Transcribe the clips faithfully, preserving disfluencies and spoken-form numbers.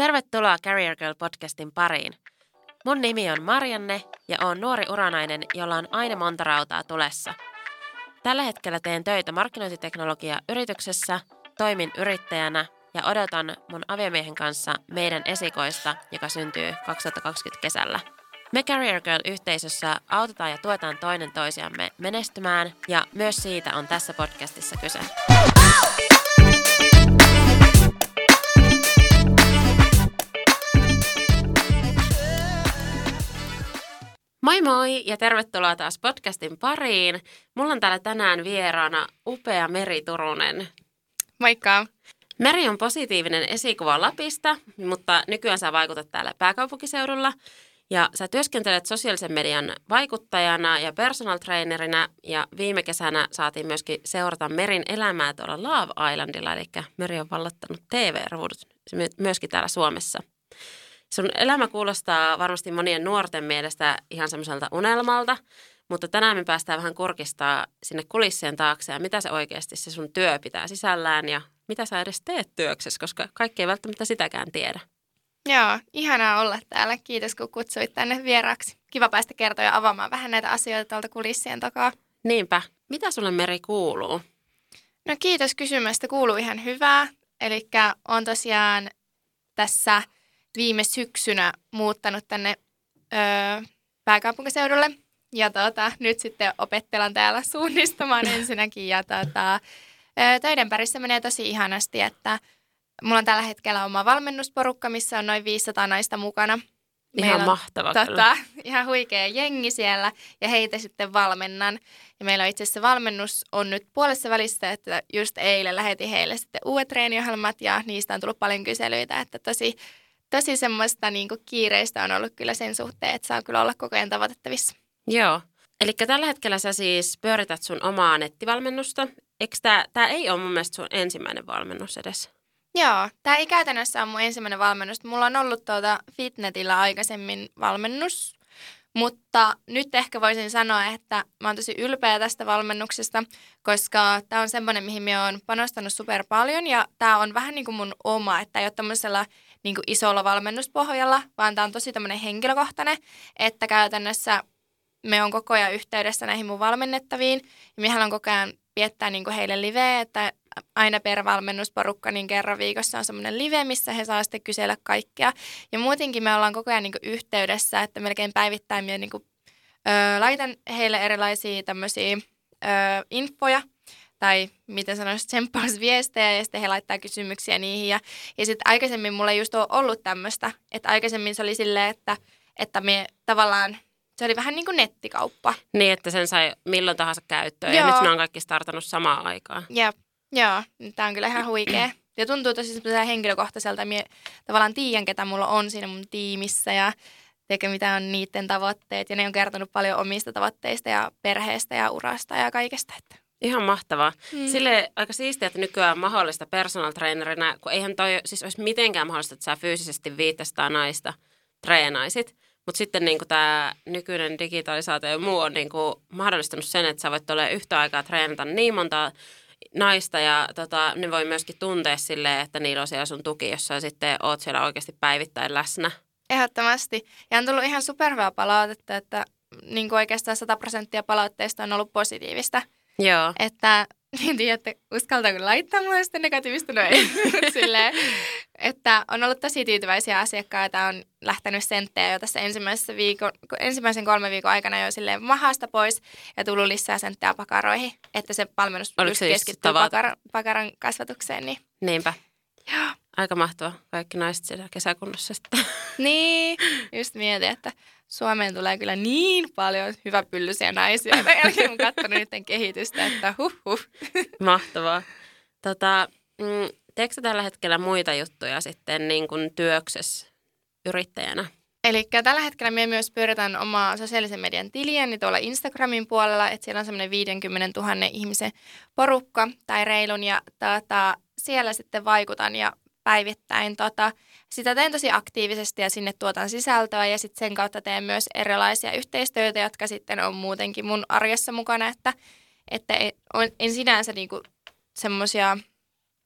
Tervetuloa Career Girl-podcastin pariin. Mun nimi on Marianne ja oon nuori uranainen, jolla on aina monta rautaa tulessa. Tällä hetkellä teen töitä markkinointiteknologia-yrityksessä, toimin yrittäjänä ja odotan mun aviomiehen kanssa meidän esikoista, joka syntyy kaksituhattakaksikymmentä kesällä. Me Career Girl-yhteisössä autetaan ja tuetaan toinen toisiamme menestymään ja myös siitä on tässä podcastissa kyse. Moi moi ja tervetuloa taas podcastin pariin. Mulla on täällä tänään vieraana upea Meri Turunen. Moikka! Meri on positiivinen esikuva Lapista, mutta nykyään sä vaikutat täällä pääkaupunkiseudulla. Ja sä työskentelet sosiaalisen median vaikuttajana ja personal trainerina ja viime kesänä saatiin myöskin seurata Merin elämää tuolla Love Islandilla, eli Meri on vallattanut T V-ruudut myöskin täällä Suomessa. Sun elämä kuulostaa varmasti monien nuorten mielestä ihan semmoiselta unelmalta, mutta tänään me päästään vähän kurkistaa sinne kulissien taakse ja mitä se oikeasti se sun työ pitää sisällään ja mitä sä edes teet työksessä, koska kaikki ei välttämättä sitäkään tiedä. Joo, ihanaa olla täällä. Kiitos kun kutsuit tänne vieraaksi. Kiva päästä kertoa ja avaamaan vähän näitä asioita tuolta kulissien takaa. Niinpä. Mitä sulle Meri kuuluu? No kiitos kysymästä. Kuuluu ihan hyvää. Eli on tosiaan tässä viime syksynä muuttanut tänne öö, pääkaupunkiseudulle. Ja tota, nyt sitten opettelen täällä suunnistamaan ensinnäkin. Ja tota, öö, töiden pärissä menee tosi ihanasti, että mulla on tällä hetkellä oma valmennusporukka, missä on noin viisisataa naista mukana. Ihan meillä on, mahtava tota, ihan huikea jengi siellä ja heitä sitten valmennan. Ja meillä on itse asiassa valmennus on nyt puolessa välissä, että just eilen lähetin heille sitten uudet treeniohjelmat ja niistä on tullut paljon kyselyitä, että tosi, tosi semmoista niin kuin kiireistä on ollut kyllä sen suhteen, että saa kyllä olla koko ajan tavoitettavissa. Joo. Eli tällä hetkellä sä siis pyörität sun omaa nettivalmennusta. Eikö tää, tää ei ole mun mielestä sun ensimmäinen valmennus edes? Joo, tämä ei käytännössä ole mun ensimmäinen valmennus. Mulla on ollut tuolta Fitnetillä aikaisemmin valmennus, mutta nyt ehkä voisin sanoa, että mä oon tosi ylpeä tästä valmennuksesta, koska tämä on semmoinen, mihin mä oon panostanut super paljon ja tämä on vähän niin kuin mun oma, että ei ole tämmöisellä niin kuin isolla valmennuspohjalla, vaan tämä on tosi tämmöinen henkilökohtainen, että käytännössä me on koko ajan yhteydessä näihin mun valmennettaviin ja me haluan koko ajan viettää niin kuin heille liveä, että aina per valmennusporukka, niin kerran viikossa on semmoinen live, missä he saa sitten kysellä kaikkea. Ja muutenkin me ollaan koko ajan niin kuin yhteydessä, että melkein päivittäin minä niin kuin, ö, laitan heille erilaisia tämmöisiä ö, infoja, tai miten sanoisin, tsemppausviestejä, ja sitten he laittaa kysymyksiä niihin. Ja, ja sitten aikaisemmin mulla ei just ole ollut tämmöistä, että aikaisemmin se oli silleen, että, että me tavallaan, se oli vähän niin kuin nettikauppa. Niin, että sen sai milloin tahansa käyttöön, Joo. ja nyt ne on kaikki startannut samaan aikaan. Jep. Joo, tämä on kyllä ihan huikea. Ja tuntuu tosi henkilökohtaiselta. Minä tavallaan tiedän, ketä mulla on siinä mun tiimissä ja tekee mitä on niiden tavoitteet. Ja ne on kertonut paljon omista tavoitteista ja perheestä ja urasta ja kaikesta. Että. Ihan mahtavaa. Hmm. Sille aika siistiä, että nykyään on mahdollista personal trainerina, kun eihän toi siis olisi mitenkään mahdollista, että sä fyysisesti viisisataa naista treenaisit. Mutta sitten niin tämä nykyinen digitalisaatio ja muu on niin kuin mahdollistanut sen, että sä voit olla yhtä aikaa treenata niin monta naista ja tota, ne voi myöskin tuntea silleen, että niillä on siellä sun tuki, jos sä sitten oot siellä oikeasti päivittäin läsnä. Ehdottomasti. Ja on tullut ihan superhyvää palautetta, että niin kuin oikeastaan sata prosenttia palautteista on ollut positiivista. Joo. Että en tiedä, että uskaltaako laittaa mulle sitten negatiivista, no ei. Silleen, että on ollut tosi tyytyväisiä asiakkaita, on lähtenyt senttejä jo tässä ensimmäisessä viikon, ensimmäisen kolmen viikon aikana jo silleen mahasta pois ja tullut lisää senttejä pakaroihin, että se valmennus just keskittyy pakar, pakaran kasvatukseen. Niin. Niinpä. Joo. Aika mahtavaa. Kaikki naiset siellä kesäkunnassa sitten. Niin, just mietin, että Suomeen tulee kyllä niin paljon hyväpyllyisiä naisia. Tämän jälkeen olen katsonut niiden kehitystä, että huh huh. Mahtavaa. Tota, mm, teetkö tällä hetkellä muita juttuja sitten niin kuin työksessä yrittäjänä? Eli tällä hetkellä me myös pyöritään omaa sosiaalisen median tiliä niin tuolla Instagramin puolella, että siellä on semmoinen viisikymmentätuhatta ihmisen porukka tai reilun ja tota, siellä sitten vaikutan ja päivittäin tota, sitä teen tosi aktiivisesti ja sinne tuotan sisältöä ja sitten sen kautta teen myös erilaisia yhteistyötä, jotka sitten on muutenkin mun arjessa mukana, että, että en, en sinänsä niinku semmoisia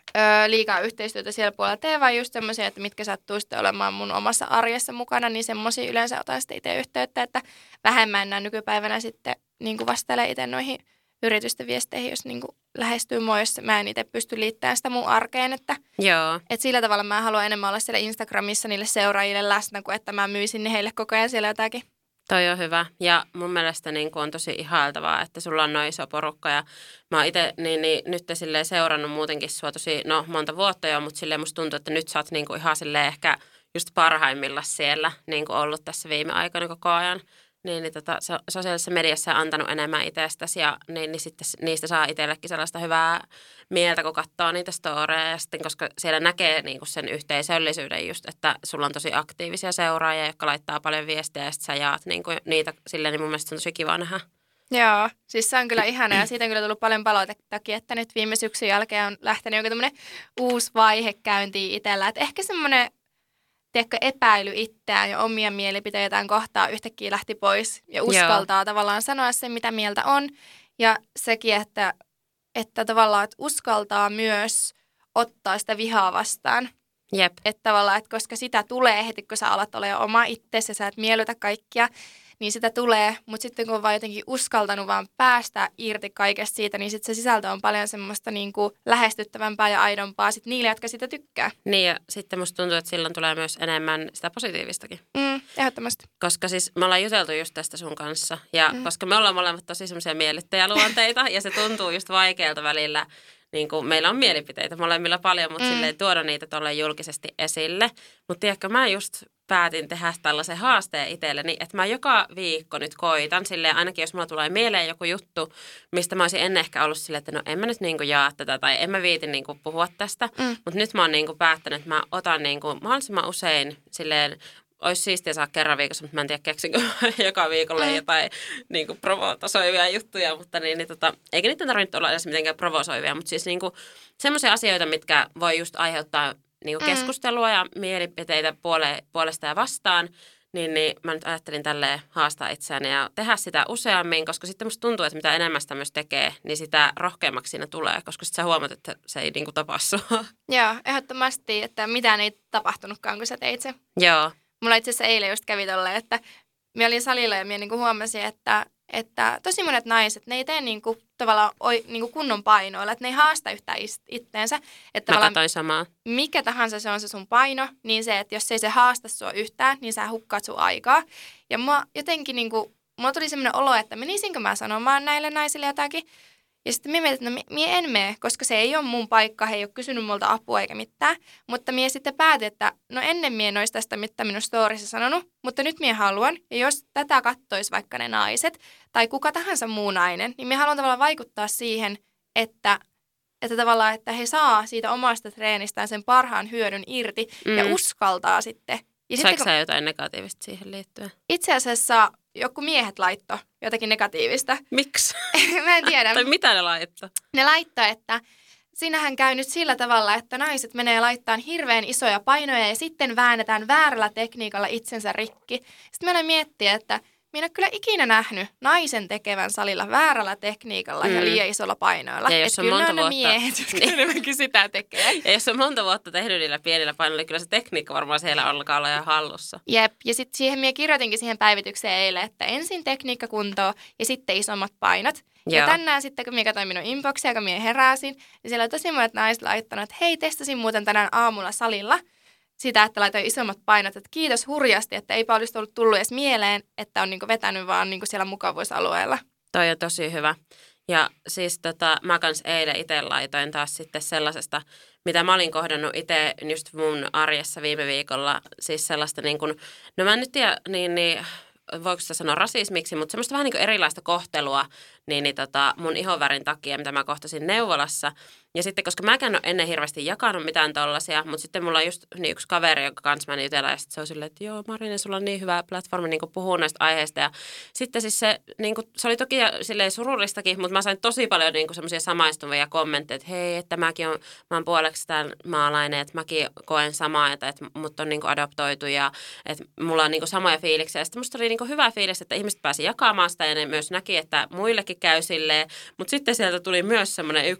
öö, liikaa yhteistyötä siellä puolella tee, vaan just semmoisia, että mitkä sattuu sitten olemaan mun omassa arjessa mukana, niin semmoisia yleensä otan sitten itse yhteyttä, että vähemmän enää nykypäivänä sitten niin kuin vastailee itse noihin yritysten viesteihin, jos niin kuin lähestyy mua, jos mä en itse pysty liittämään sitä mun arkeen, että, Joo. että sillä tavalla mä haluan enemmän olla siellä Instagramissa niille seuraajille läsnä, kuin että mä myisin ne heille koko ajan siellä jotakin. Toi on hyvä. Ja mun mielestä niin on tosi ihailtavaa, että sulla on noin iso porukka. Ja mä oon itse niin, niin, nyt silleen seurannut muutenkin sua tosi no, monta vuotta jo, mutta silleen musta tuntuu, että nyt sä oot niin kuin ihan silleen ehkä just parhaimmillaan siellä niin kuin ollut tässä viime aikoina koko ajan. Niin, niin tota, so, sosiaalisessa mediassa on antanut enemmän itsestäsi ja niin, niin sitten niistä saa itsellekin sellaista hyvää mieltä, kun katsoo niitä storeja. Ja sitten, koska siellä näkee niin kuin sen yhteisöllisyyden just, että sulla on tosi aktiivisia seuraajia, jotka laittaa paljon viestiä ja sitten sä jaat niin kuin niitä silleen, niin mun mielestä se on tosi kiva nähdä. Joo, siis se on kyllä ihana ja siitä on kyllä tullut paljon palautettakin, että nyt viime syksyn jälkeen on lähtenyt joku tämmöinen uusi vaihe käyntiin itsellä. Että ehkä semmoinen tiedätkö, epäily itseään ja omia mielipiteitään kohtaa yhtäkkiä lähti pois ja uskaltaa Joo. tavallaan sanoa sen, mitä mieltä on. Ja sekin, että, että tavallaan että uskaltaa myös ottaa sitä vihaa vastaan. Jep. Että tavallaan, että koska sitä tulee heti, kun sä alat olemaan oma itsesi ja sä et miellytä kaikkia, niin sitä tulee. Mutta sitten kun on vaan jotenkin uskaltanut vaan päästä irti kaikesta siitä, niin sitten se sisältö on paljon semmoista niinku lähestyttävämpää ja aidompaa sit niille, jotka sitä tykkää. Niin ja sitten musta tuntuu, että silloin tulee myös enemmän sitä positiivistakin. Mm, ehdottomasti. Koska siis me ollaan juteltu just tästä sun kanssa ja mm. koska me ollaan molemmat tosi semmoisia miellyttäjäluonteita ja se tuntuu just vaikealta välillä. Niin kuin meillä on mielipiteitä molemmilla paljon, mutta mm. silleen tuoda niitä tuolle julkisesti esille. Mutta tiedätkö, mä just päätin tehdä tällaisen haasteen itselleni, että mä joka viikko nyt koitan silleen, ainakin jos mulla tulee mieleen joku juttu, mistä mä olisin ennen ehkä ollut silleen, että no en mä nyt niin kuin jaa tätä tai en mä viitin niin kuin puhua tästä. Mm. Mutta nyt mä oon niin kuin päättänyt, että mä otan niin kuin mahdollisimman usein silleen, olisi siistiä saa kerran viikossa, mutta mä en tiedä keksinkö joka viikolle mm. jotain niin kuin provosoivia juttuja, mutta niin, niin tota, eikä niitä tarvitse olla edes mitenkään provosoivia, mutta siis niin kuin semmoisia asioita, mitkä voi just aiheuttaa niin kuin mm. keskustelua ja mielipiteitä puole, puolesta ja vastaan, niin, niin mä nyt ajattelin tälleen haastaa itseäni ja tehdä sitä useammin, koska sitten musta tuntuu, että mitä enemmän sitä myös tekee, niin sitä rohkeammaksi siinä tulee, koska sitten sä huomaat, että se ei niin kuin tapaa sua. Joo, ehdottomasti, että mitään ei tapahtunutkaan, kun sä teit se. Joo. Mulla itse asiassa eilen just kävi tolleen, että mä olin salilla ja mä niinku huomasin, että, että tosi monet naiset, ne ei tee niinku tavallaan oi, niinku kunnon painoilla, että ne ei haasta yhtään itteensä. Että mä katsoin samaa. Mikä tahansa se on se sun paino, niin se, että jos ei se haasta sua yhtään, niin sä hukkaat sun aikaa. Ja mua jotenkin niinku, mulla tuli semmoinen olo, että menisinkö mä sanomaan näille naisille jotakin. Ja sitten minä mietin, että no minä en mene, koska se ei ole mun paikka, he ei ole kysynyt multa apua eikä mitään. Mutta minä sitten päätin, että no ennen minä en olisi tästä mitään minun storissa sanonut, mutta nyt minä haluan. Ja jos tätä kattoisi vaikka ne naiset tai kuka tahansa muu nainen, niin minä haluan tavallaan vaikuttaa siihen, että, että tavallaan, että he saa siitä omasta treenistään sen parhaan hyödyn irti mm. ja uskaltaa sitten. Ja Saiko sä jotain negatiivista siihen liittyen? Itse asiassa joku miehet laitto jotakin negatiivista. Miksi? Mä en tiedä. Tai mitä ne laittoi? Ne laittoi, että siinähän käy nyt sillä tavalla, että naiset menee laittamaan hirveän isoja painoja ja sitten väännetään väärällä tekniikalla itsensä rikki. Sitten mä miettiä, että minä en ole kyllä ikinä nähnyt naisen tekevän salilla väärällä tekniikalla mm. ja liian isolla painoilla. Ja jos että on kyllä monta ne vuotta... miehet, jotka niin. enemmänkin sitä tekee. Ja jos on monta vuotta tehnyt niillä pienillä painoilla, niin kyllä se tekniikka varmaan siellä alkaa olla jo hallussa. Jep, ja sitten siihen minä kirjoitinkin siihen päivitykseen eilen, että ensin tekniikka kuntoon ja sitten isommat painot. Joo. Ja tänään sitten, kun minä katsoin minun inboxia, kun minä heräsin, niin siellä on tosi monet naiset laittanut, että hei, testasin muuten tänään aamulla salilla sitä, että laitoin isommat painot, että kiitos hurjasti, että eipä olisi ollut tullut edes mieleen, että on niinku vetänyt vaan niinku siellä mukavuusalueella. Toi on tosi hyvä. Ja siis tota, mä kans eilen itse laitoin taas sitten sellaisesta, mitä mä olin kohdannut itse just mun arjessa viime viikolla, siis sellaista niin kuin, no mä en nyt tiedä, niin, niin voiko sitä sanoa rasismiksi, mutta semmoista vähän niin kuin erilaista kohtelua niin, niin tota, mun ihonvärin takia, mitä mä kohtasin neuvolassa. Ja sitten, koska mäkään en ole ennen hirveästi jakanut mitään tollaisia, mutta sitten mulla on just niin yksi kaveri, jonka kanssa mä jutellaan, ja sitten se on silleen, että joo, Marine, sulla on niin hyvä platformi niin puhua näistä aiheista. Ja sitten siis se, niin kuin, se oli toki silleen surullistakin, mutta mä sain tosi paljon niin semmoisia samaistuvia kommentteja, että hei, että mäkin on, mä oon puoleksi tämän maalainen, että mäkin koen samaa, että, että mut on niin kuin adoptoitu ja että mulla on niin kuin samoja fiiliksiä. Ja sitten musta oli niin kuin hyvä fiilis, että ihmiset pääsi jakamaan sitä ja ne myös näki, että muillekin käy silleen, mutta sitten sieltä tuli myös semmoinen yksi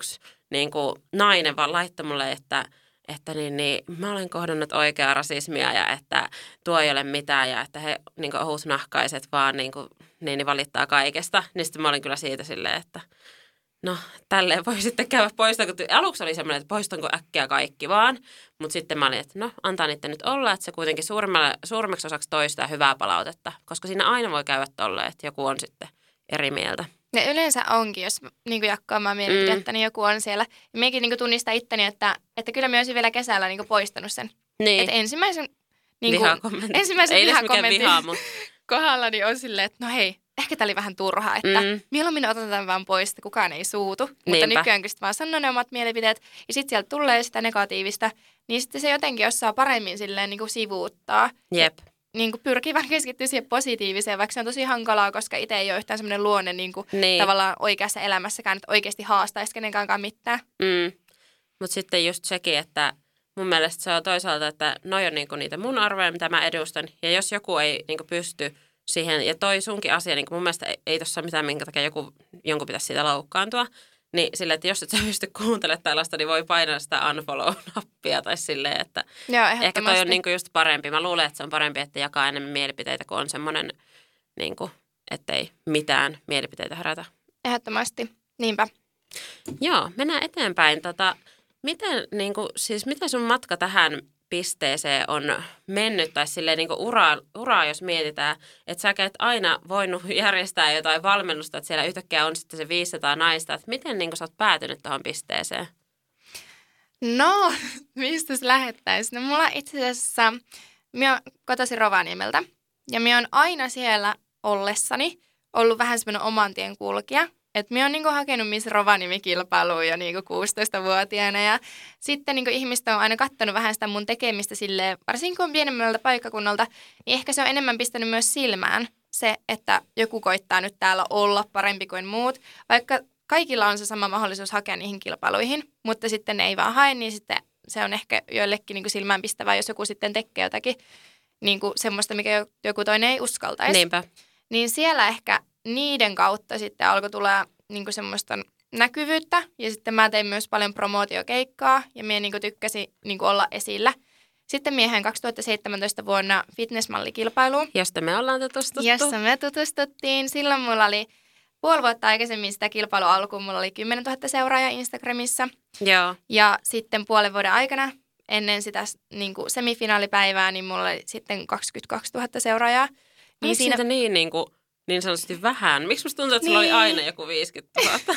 niin kuin nainen vaan laittoi mulle, että, että niin, niin, mä olen kohdannut oikeaa rasismia ja että tuo ei ole mitään ja että he niin kuin ohusnahkaiset vaan niin kuin, niin, niin valittaa kaikesta. Niin sitten mä olin kyllä siitä silleen, että no, tälleen voi sitten käydä poistaa. Aluksi oli semmoinen, että poistanko äkkiä kaikki vaan. Mutta sitten mä olin, että no, antaa niiden nyt olla, että se kuitenkin suurimmaksi osaksi toistaa hyvää palautetta. Koska siinä aina voi käydä tolleen, että joku on sitten eri mieltä. Ja yleensä onkin, jos niin jakkaamaan mielipidettä, mm. niin joku on siellä. Ja minäkin niin tunnistaa itteni, että, että kyllä minä olisin vielä kesällä niin poistanut sen. Niin. Että ensimmäisen, niin vihakommentti. ensimmäisen ei vihakommentin vihaa, mutta kohdalla niin on silleen, että no hei, ehkä tämä oli vähän turhaa, että mm. mieluummin otan tämän vaan pois, että kukaan ei suutu. Niinpä. Mutta nykyään kun vaan sanoo ne omat mielipiteet ja sitten sieltä tulee sitä negatiivista, niin sitten se jotenkin osaa paremmin silleen niin kuin sivuuttaa. Jep. Niin kuin pyrkii vaan keskittyä siihen positiiviseen, vaikka se on tosi hankalaa, koska itse ei ole yhtään semmoinen luonne niin kuin niin. tavallaan oikeassa elämässäkään, että oikeasti haastaisi kenenkaan mitään. Mm. Mutta sitten just sekin, että mun mielestä se on toisaalta, että noi on niinku niitä mun arvoja, mitä mä edustan. Ja jos joku ei niinku pysty siihen, ja toi sunkin asia, niin mun mielestä ei, ei tossa mitään, minkä takia joku, jonkun pitäisi siitä loukkaantua. Niin silleen, että jos et sä pysty kuuntelemaan tällaista, niin voi painaa sitä unfollow-nappia tai silleen, että joo, ehkä toi on niinku just parempi. Mä luulen, että se on parempi, että jakaa enemmän mielipiteitä, kun on semmoinen, niinku, ettei mitään mielipiteitä herätä. Ehdottomasti, niinpä. Joo, mennään eteenpäin. Tota, miten, niinku, siis miten sun matka tähän pisteeseen on mennyt, tai silleen niin kuin uraa, uraa, jos mietitään, että sä et aina voinut järjestää jotain valmennusta, että siellä yhtäkkiä on sitten se viisisataa naista, että miten niin kuin sä oot päätynyt tuohon pisteeseen? No, mistä se lähettäisiin? No mulla itse asiassa, minä olen kotoisin Rovaniemeltä, ja minä olen aina siellä ollessani ollut vähän semmoinen oman tien kulkija. Että minä olen niinku hakenut Miss Rovaniemi-kilpailuun jo niinku kuusitoistavuotiaana ja sitten niinku ihmiset on aina katsonut vähän sitä mun tekemistä silleen, varsinkin kun on pienemmältä paikkakunnalta, niin ehkä se on enemmän pistänyt myös silmään se, että joku koittaa nyt täällä olla parempi kuin muut, vaikka kaikilla on se sama mahdollisuus hakea niihin kilpailuihin, mutta sitten ne ei vaan hae, niin sitten se on ehkä joillekin niinku silmäänpistävää, jos joku sitten tekee jotakin niinku semmoista, mikä joku toinen ei uskaltaisi. Niinpä. Niin siellä ehkä niiden kautta sitten alkoi tulla niinku semmoista näkyvyyttä ja sitten mä tein myös paljon promootiokeikkaa ja minä niinku tykkäsin niinku olla esillä. Sitten miehen kaksituhattaseitsemäntoista vuonna fitnessmallikilpailuun. Josta me ollaan tutustuttu. Jossa me tutustuttiin. Silloin mulla oli puoli vuotta aikaisemmin sitä kilpailua alkuun. Mulla oli kymmenentuhatta seuraajaa Instagramissa. Joo. Ja sitten puolen vuoden aikana ennen sitä niinku semifinaalipäivää niin mulla oli sitten kaksikymmentäkaksituhatta seuraajaa. Niin siinä siitä niin niinku niin sanotusti vähän. Miksi musta tuntuu, että sulla niin. oli aina joku viisikymmentätuhatta?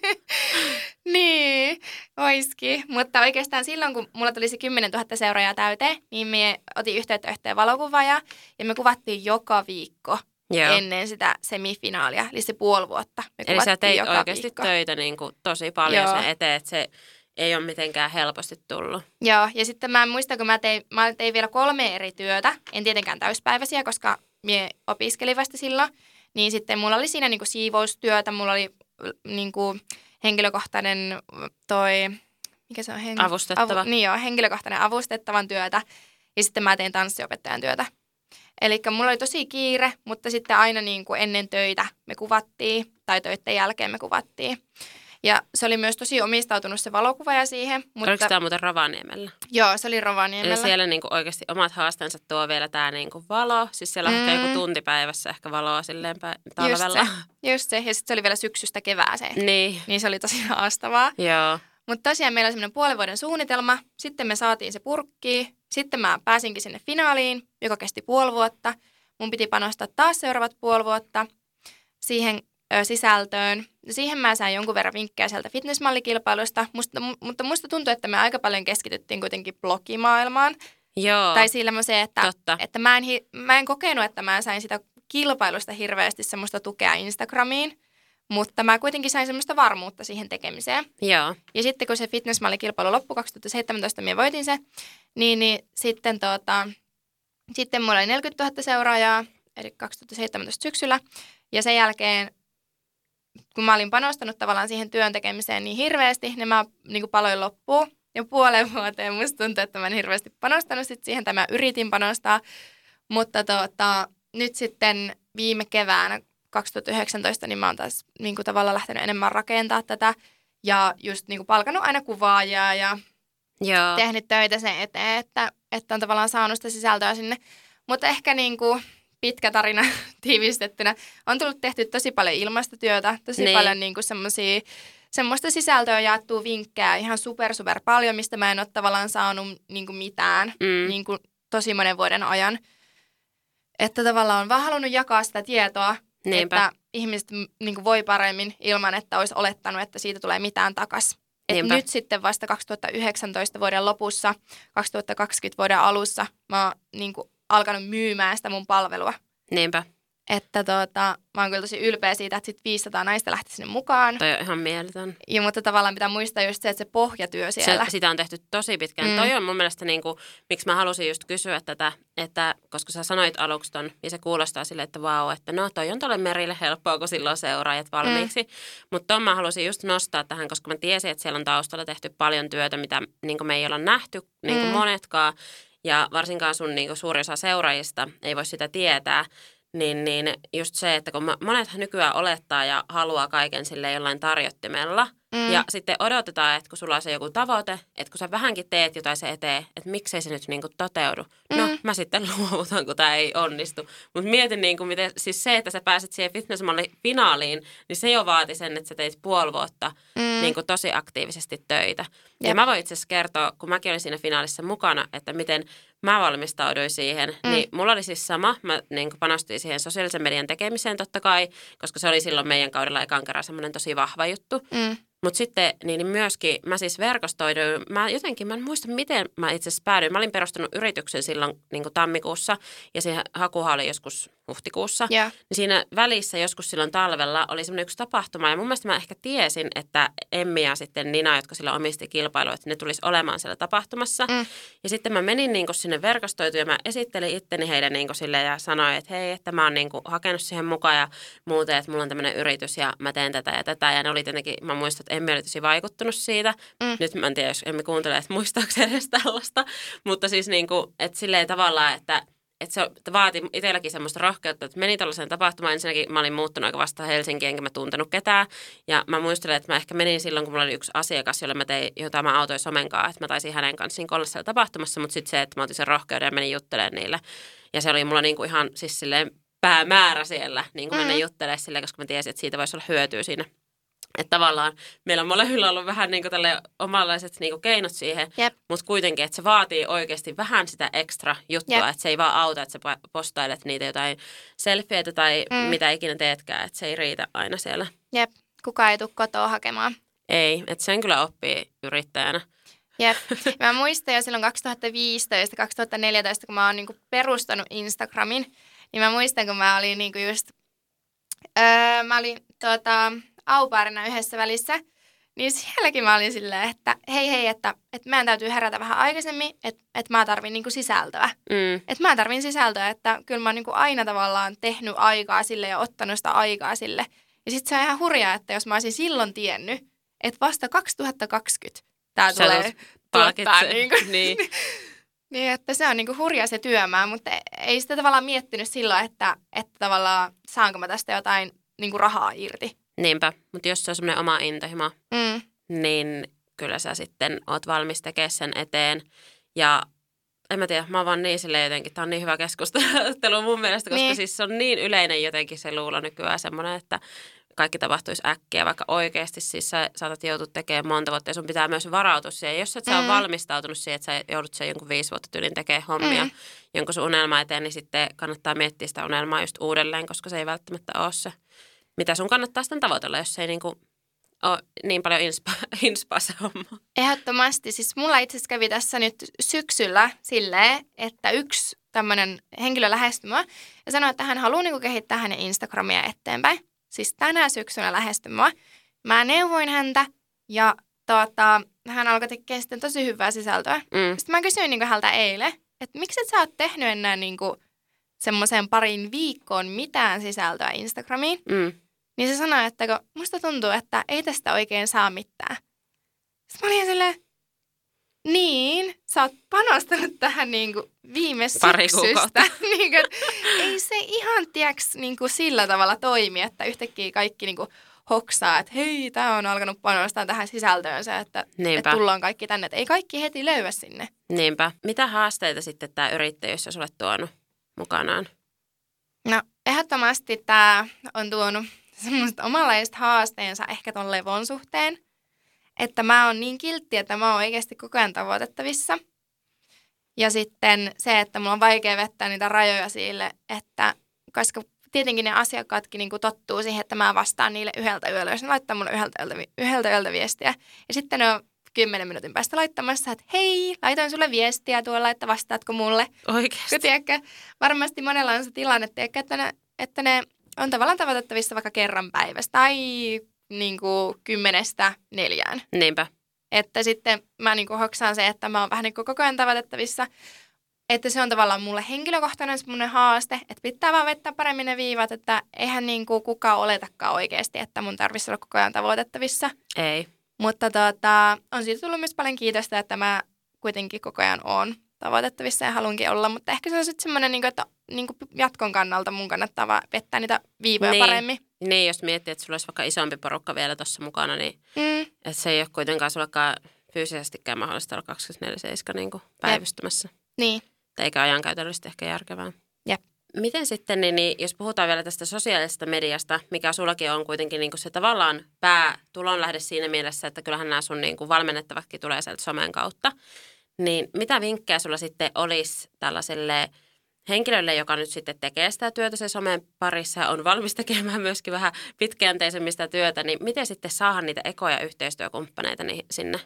Niin, oiskin. Mutta oikeastaan silloin, kun mulla tuli se kymmenentuhatta seuraajaa täyteen, niin me otin yhteyttä yhteen valokuvaajaa ja me kuvattiin joka viikko Joo. ennen sitä semifinaalia, eli se puoli vuotta. Me eli sä teit oikeasti viikko. töitä niin kuin tosi paljon Joo. sen eteen, että se ei ole mitenkään helposti tullut. Joo, ja sitten mä muistan, kun mä tein, mä tein vielä kolme eri työtä, en tietenkään täyspäiväisiä, koska mie opiskelin vasta silloin. Niin sitten mulla oli siinä niinku siivoustyötä, mulla oli niinku henkilökohtainen toi, mikä se on? Hen- avustettava. Avu, niin joo, henkilökohtainen avustettavan työtä ja sitten mä tein tanssiopettajan työtä. Eli mulla oli tosi kiire, mutta sitten aina niinku ennen töitä me kuvattiin tai töiden jälkeen me kuvattiin. Ja se oli myös tosi omistautunut se valokuvaaja siihen. Mutta oliko tämä muuten Rovaniemellä? Joo, se oli Rovaniemellä. Eli siellä niinku oikeasti omat haasteensa tuo vielä tämä niinku valo. Siis siellä on mm. ehkä joku tunti päivässä ehkä valoa silleen talvella. Just se. Just se. Ja sitten se oli vielä syksystä kevääseen. Niin. Niin se oli tosi haastavaa. Joo. Mutta tosiaan meillä oli semmoinen puolen vuoden suunnitelma. Sitten me saatiin se purkkiin. Sitten mä pääsinkin sinne finaaliin, joka kesti puoli vuotta. Mun piti panostaa taas seuraavat puoli vuotta siihen ö, sisältöön. Siihen mä sain jonkun verran vinkkejä sieltä fitnessmallikilpailusta, musta, mutta musta tuntui, että me aika paljon keskityttiin kuitenkin blogimaailmaan. Joo, tai sillä se, että, että mä, en, mä en kokenut, että mä sain sitä kilpailusta hirveästi semmoista tukea Instagramiin, mutta mä kuitenkin sain semmoista varmuutta siihen tekemiseen. Joo. Ja sitten kun se fitnessmallikilpailu loppui kaksituhattaseitsemäntoista, minä voitin se, niin, niin sitten, tota, sitten mulla oli neljäkymmentätuhatta seuraajaa, eli kaksituhattaseitsemäntoista syksyllä, ja sen jälkeen kun mä olin panostanut tavallaan siihen työn tekemiseen niin hirveästi, niin mä niin paloin loppuun. Ja puolen vuoteen musta tuntuu, että mä en hirveästi panostanut sit siihen, tai mä yritin panostaa. Mutta tota, nyt sitten viime keväänä kaksituhattayhdeksäntoista, niin mä oon taas niin tavallaan lähtenyt enemmän rakentaa tätä. ja just niin kuin palkannut aina kuvaajaa ja Joo. tehnyt töitä sen eteen, että, että on tavallaan saanut sitä sisältöä sinne. Mutta ehkä niin kuin pitkä tarina tiivistettynä on tullut tehty tosi paljon ilmastotyötä, tosi niin. paljon niin kuin semmoisia, semmoista sisältöä jaettua vinkkejä ihan super super paljon, mistä mä en ole tavallaan saanut niin kuin mitään mm. niin kuin tosi monen vuoden ajan. Että tavallaan on vaan halunnut jakaa sitä tietoa, Niinpä. että ihmiset niin kuin voi paremmin ilman, että olisi olettanut, että siitä tulee mitään takas. Et nyt sitten vasta kaksituhattayhdeksäntoista vuoden lopussa, kaksituhattakaksikymmentä vuoden alussa mä oon niin kuin alkanut myymään sitä mun palvelua. Niinpä. Että tota, mä oon kyllä tosi ylpeä siitä, että sit viisisataa naista lähti sinne mukaan. Toi on ihan mieletön. Ja, mutta tavallaan pitää muistaa just se, että se pohjatyö siellä. Se, sitä on tehty tosi pitkään. Mm. Toi on mun mielestä, niin kuin, miksi mä halusin just kysyä tätä, että koska sä sanoit aluksi ton, ja se kuulostaa silleen, että vau, että no toi on tuolle Merille helppoa, kun silloin seuraajat valmiiksi. Mm. Mutta ton mä halusin just nostaa tähän, koska mä tiesin, että siellä on taustalla tehty paljon työtä, mitä niin kuin me ei olla nähty, niin kuin mm. monetkaan. Ja varsinkaan sun niin kuin suuri osa seuraajista ei voi sitä tietää. Niin, niin just se, että kun monet nykyään olettaa ja haluaa kaiken sille jollain tarjottimella. Mm. Ja sitten odotetaan, että kun sulla on se joku tavoite, että kun sä vähänkin teet jotain se eteen, että miksei se nyt niinku toteudu. Mm. No mä sitten luovutan, kun tää ei onnistu. Mutta mietin niinku, miten, siis se, että sä pääset siihen fitnessmallin finaaliin, niin se jo vaati sen, että sä teit puoli vuotta mm. niinku tosi aktiivisesti töitä. Jep. Ja mä voin itse asiassa kertoa, kun mäkin olin siinä finaalissa mukana, että miten mä valmistauduin siihen, mm. niin mulla oli siis sama. Mä niin panostin siihen sosiaalisen median tekemiseen totta kai, koska se oli silloin meidän kaudella ekan kerran semmoinen tosi vahva juttu. Mm. Mutta sitten niin myöskin mä siis verkostoiduin, mä jotenkin, mä en muista miten mä itse asiassa päädyin. Mä olin perustanut yrityksen silloin niin kuin tammikuussa ja siihen hakuhan oli joskus huhtikuussa. Yeah. Niin siinä välissä joskus silloin talvella oli semmoinen yksi tapahtuma ja mun mielestä mä ehkä tiesin, että Emmi ja sitten Nina, jotka sillä omisti kilpailua, että ne tulisi olemaan siellä tapahtumassa. Mm. Ja sitten mä menin niin kuin sinne verkostoituun ja mä esittelin itteni heille niin kuin sille ja sanoin, että hei, että mä oon niin kuin hakenut siihen mukaan ja muuten, että mulla on tämmöinen yritys ja mä teen tätä ja tätä. Ja ne oli tietenkin, mä muistan, että Emmi oli tosi vaikuttunut siitä. Mm. Nyt mä en tiedä, jos Emmi kuuntelee, että muistaako edes tällaista. Mutta siis niin kuin, että silleen tavallaan, että Että se vaati itselläkin semmoista rohkeutta, että meni tällaiseen tapahtumaan. Ensinnäkin mä olin muuttunut aika vasta Helsinkiin, enkä mä tuntenut ketään. Ja mä muistelen, että mä ehkä menin silloin, kun mulla oli yksi asiakas, jolle mä tein, jota mä autoin somenkaan, että mä taisin hänen kanssaan olla siellä tapahtumassa. Mutta sitten se, että mä otin sen rohkeuden ja menin juttelemaan niille. Ja se oli mulla niinku ihan siis silleen päämäärä siellä, niin kuin mm. mennä juttelemaan silleen, koska mä tiesin, että siitä voisi olla hyötyä siinä. Että tavallaan meillä on molemmilla ollut vähän niin kuin tälle omanlaiset niin kuin keinot siihen, yep. mutta kuitenkin, että se vaatii oikeasti vähän sitä ekstra juttua, yep. että se ei vaan auta, että sä postailet niitä jotain selfieitä tai mm. mitä ikinä teetkään, että se ei riitä aina siellä. Jep, kukaan ei tule kotoa hakemaan. Ei, että sen kyllä oppii yrittäjänä. Jep, mä muistan jo silloin kaksituhattaviisitoista kaksituhattaneljätoista, kun mä oon niin kuin perustanut Instagramin, niin mä muistan, kun mä olin niin kuin just, öö, mä olin tuota... aupaarina yhdessä välissä, niin sielläkin mä olin silleen, että hei hei, että, että meidän täytyy herätä vähän aikaisemmin, että, että mä tarvin niinku sisältöä. Mm. Että mä tarvin sisältöä, että kyllä mä oon niinku aina tavallaan tehnyt aikaa sille ja ottanut sitä aikaa sille. Ja sit se on ihan hurjaa, että jos mä olisin silloin tiennyt, että vasta kaksituhattakaksikymmentä tää Sä tulee tuottaa niinku. Niin. Niin, että se on niinku hurja se työmaa, mutta ei sitä tavallaan miettinyt silloin, että, että tavallaan saanko mä tästä jotain niinku rahaa irti. Niinpä, mutta jos se on semmoinen oma intohimo, mm. niin kyllä sä sitten oot valmis tekemään sen eteen. Ja en mä tiedä, mä oon vaan niin silleen jotenkin, tää on niin hyvä keskustelu mun mielestä, koska niin. siis se on niin yleinen jotenkin se luulo nykyään semmoinen, että kaikki tapahtuisi äkkiä, vaikka oikeasti siis sä saatat joutua tekemään monta vuotta ja sun pitää myös varautua siihen. Jos et sä mm. ole valmistautunut siihen, että sä joudut sen jonkun viisi vuotta tyylin tekemään hommia, mm. jonkun sun unelma eteen, niin sitten kannattaa miettiä sitä unelmaa just uudelleen, koska se ei välttämättä ole se. Mitä sun kannattaa sitten tavoitella, jos ei niinku ole niin paljon inspa- inspaa se homma? Ehdottomasti. Siis mulla itse asiassa kävi tässä nyt syksyllä silleen, että yksi tämmöinen henkilö lähestyi mua ja sanoi, että hän haluaa niinku kehittää hänen Instagramia eteenpäin. Siis tänä syksynä lähestyi mua. Mä neuvoin häntä ja tota, hän alkoi tekemään sitten tosi hyvää sisältöä. Mm. Sitten mä kysyin niinku häneltä eilen, että miksi et sä oot tehnyt enää niinku semmoiseen parin viikkoon mitään sisältöä Instagramiin. Mm. Niin se sanoi, että kun musta tuntuu, että ei tästä oikein saa mitään. Sitten mä olin silleen, niin, sä oot panostanut tähän niinku viime Pari syksystä. Niinku, ei se ihan, tiiäks, niinku sillä tavalla toimi, että yhtäkkiä kaikki niinku hoksaa, että hei, tämä on alkanut panostaa tähän sisältöönsä, että, että tullaan kaikki tänne. Että ei kaikki heti löyä sinne. Niinpä. Mitä haasteita sitten tämä yrittäjyys on sulle tuonut mukanaan? No, ehdottomasti tämä on tuonut semmoiset omanlaiset haasteensa ehkä ton levon suhteen. Että mä oon niin kiltti, että mä oon oikeasti koko ajan tavoitettavissa. Ja sitten se, että mulla on vaikea vettää niitä rajoja sille, että koska tietenkin ne asiakkaatkin niin kuin tottuu siihen, että mä vastaan niille yhdeltä yöllä, jos ne laittaa mulle yhdeltä yöltä, yhdeltä yöltä viestiä. Ja sitten ne on kymmenen minuutin päästä laittamassa, että hei, laitoin sulle viestiä tuolla, että vastaatko mulle. Oikeasti. Tiedätkö, varmasti monella on se tilanne, tiedätkö, että, ne, että ne on tavallaan tavoitettavissa vaikka kerran päivässä tai niin kuin kymmenestä neljään. Niinpä. Että sitten mä niin kuin hoksaan se, että mä oon vähän niin kuin koko ajan tavoitettavissa. Että se on tavallaan mulle henkilökohtainen semmoinen haaste, että pitää vaan vettää paremmin ne viivat, että eihän niin kuin kukaan oletakaan oikeasti, että mun tarvitsisi olla koko ajan tavoitettavissa. Ei. Mutta tota, on siitä tullut myös paljon kiitosta, että mä kuitenkin koko ajan oon tavoitettavissa ja haluankin olla. Mutta ehkä se on sitten semmoinen, niin kuin, että niin kuin jatkon kannalta mun kannattaa vaan vettää niitä viivoja niin. paremmin. Niin, jos miettii, että sulla olisi vaikka isompi porukka vielä tuossa mukana, niin Mm. että se ei ole kuitenkaan sullekaan fyysisestikään mahdollista olla kaksikymmentäneljä seitsemän niin kuin päivystämässä. Niin. Eikä ajankäytöllisesti ehkä järkevää. Jep. Miten sitten, niin, niin, jos puhutaan vielä tästä sosiaalisesta mediasta, mikä sullakin on kuitenkin niin kuin se tavallaan päätulonlähde siinä mielessä, että kyllähän nämä sun niin kuin valmennettavatkin tulee sieltä somen kautta, niin mitä vinkkejä sulla sitten olisi tällaiselle henkilölle, joka nyt sitten tekee sitä työtä sen somen parissa ja on valmis tekemään myöskin vähän pitkäjänteisemmistä työtä, niin miten sitten saada niitä ekoja yhteistyökumppaneita niin sinne?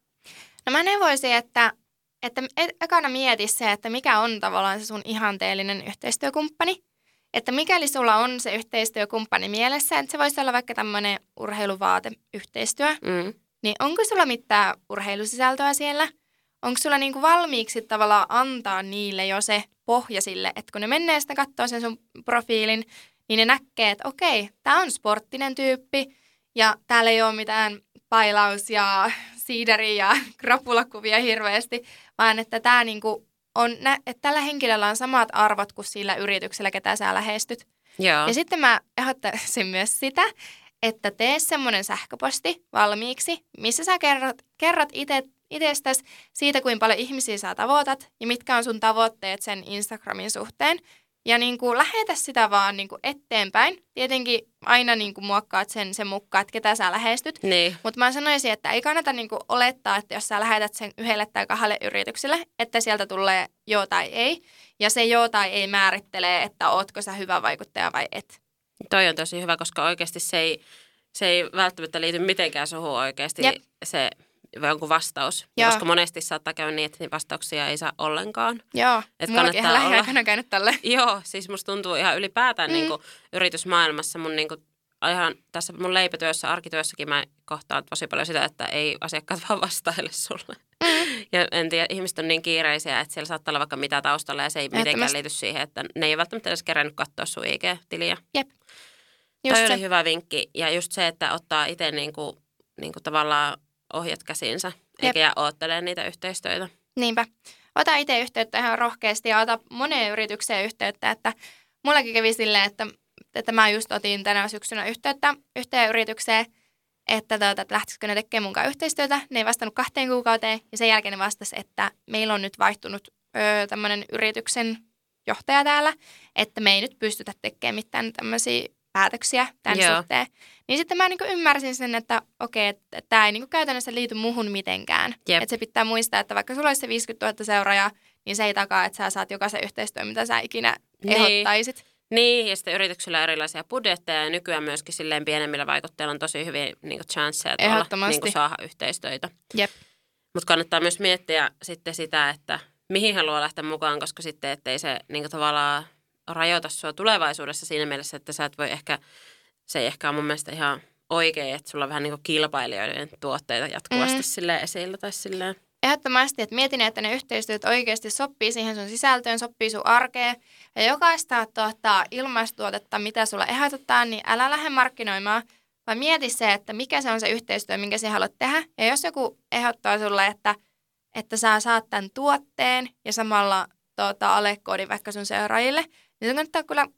No mä neuvoisin, että Että ekana mieti se, että mikä on tavallaan se sun ihanteellinen yhteistyökumppani. Että mikäli sulla on se yhteistyökumppani mielessä, että se voisi olla vaikka tämmöinen urheiluvaateyhteistyö, Mm. niin onko sulla mitään urheilusisältöä siellä? Onko sulla niinku valmiiksi tavallaan antaa niille jo se pohja sille, että kun ne menee sitten katsoo sen sun profiilin, niin ne näkee, että okei, tää on sporttinen tyyppi ja täällä ei ole mitään pailaus ja siideri ja krapulakuvia hirveästi, vaan että, tää niinku on, että tällä henkilöllä on samat arvot kuin sillä yrityksellä, ketä sä lähestyt. Joo. Ja sitten mä ehdottaisin myös sitä, että tee semmoinen sähköposti valmiiksi, missä sä kerrot, kerrot ite, itsestäsi siitä, kuinka paljon ihmisiä sä tavoitat ja mitkä on sun tavoitteet sen Instagramin suhteen. Ja niin kuin lähetä sitä vaan niin kuin eteenpäin. Tietenkin aina niin kuin muokkaat sen, sen mukaan, että ketä sä lähestyt. Niin. Mutta mä sanoisin, että ei kannata niin kuin olettaa, että jos sä lähetät sen yhdelle tai kahdelle yritykselle, että sieltä tulee joo tai ei. Ja se joo tai ei määrittelee, että ootko sä hyvä vaikuttaja vai et. Toi on tosi hyvä, koska oikeasti se ei, se ei välttämättä liity mitenkään suhun oikeasti Jep. se jonkun vastaus. Joo. Koska monesti saattaa käydä niin, että niitä vastauksia ei saa ollenkaan. Joo, Et mullakin ihan kannattaa lähiaikana käynyt tälle. Joo, siis musta tuntuu ihan ylipäätään Mm. niin kuin yritysmaailmassa mun niin kuin, ihan tässä mun leipätyössä, arkityössäkin mä kohtaan tosi paljon sitä, että ei asiakkaat vaan vastaile sulle. Mm. Ja en tiedä, ihmiset on niin kiireisiä, että siellä saattaa olla vaikka mitä taustalla ja se ei mitenkään Ehdottomasti. liity siihen, että ne ei välttämättä edes kerännyt katsoa sun I G-tiliä. Jep. Just Toi se. oli hyvä vinkki ja just se, että ottaa itse niin kuin, niin kuin tavallaan ohjat käsinsä, eikä jää oottelemaan niitä yhteistyötä. Niinpä. Ota itse yhteyttä ihan rohkeasti ja ota moneen yritykseen yhteyttä, että mullakin kävi silleen, että, että mä just otin tänä syksynä yhteyttä yhteen yritykseen, että, tuota, että lähtisikö ne tekemään munkaan yhteistyötä. Ne ei vastannut kahteen kuukauteen ja sen jälkeen ne vastasi, että meillä on nyt vaihtunut öö, tämmöinen yrityksen johtaja täällä, että me ei nyt pystytä tekemään mitään tämmöisiä päätöksiä tämän Joo. suhteen. Niin sitten mä niin ymmärsin sen, että okei, että tämä ei niin käytännössä liity muhun mitenkään. Jep. Että se pitää muistaa, että vaikka sulla olisi se viisikymmentätuhatta seuraajaa, niin se ei takaa, että sä saat jokaisen yhteistyön, mitä sä ikinä Niin. ehdottaisit. Niin, ja sitten yrityksillä on erilaisia budjetteja ja nykyään myöskin silleen pienemmillä vaikutteilla on tosi hyviä niin chanceja tuolla Ehdottomasti. niin saada yhteistyötä. Jep. Mutta kannattaa myös miettiä sitten sitä, että mihin haluaa lähteä mukaan, koska sitten ettei se niin kuin tavallaan rajoita sua tulevaisuudessa siinä mielessä, että sä et voi ehkä, se ei ehkä ole mun mielestä ihan oikein, että sulla on vähän niin kuin kilpailijoiden tuotteita jatkuvasti Mm. silleen esillä tai silleen. Ehdottomasti, että mietin, että ne yhteistyöt oikeasti sopii siihen sun sisältöön, sopii sun arkeen. Ja jokaista tuottaa ilmaistuotetta, mitä sulla ehdotetaan, niin älä lähde markkinoimaan, vaan mieti se, että mikä se on se yhteistyö, minkä sä haluat tehdä. Ja jos joku ehdottaa sulle, että, että sä saat tämän tuotteen ja samalla tuota, alekoodin vaikka sun seuraajille, niin sun kannattaa kyllä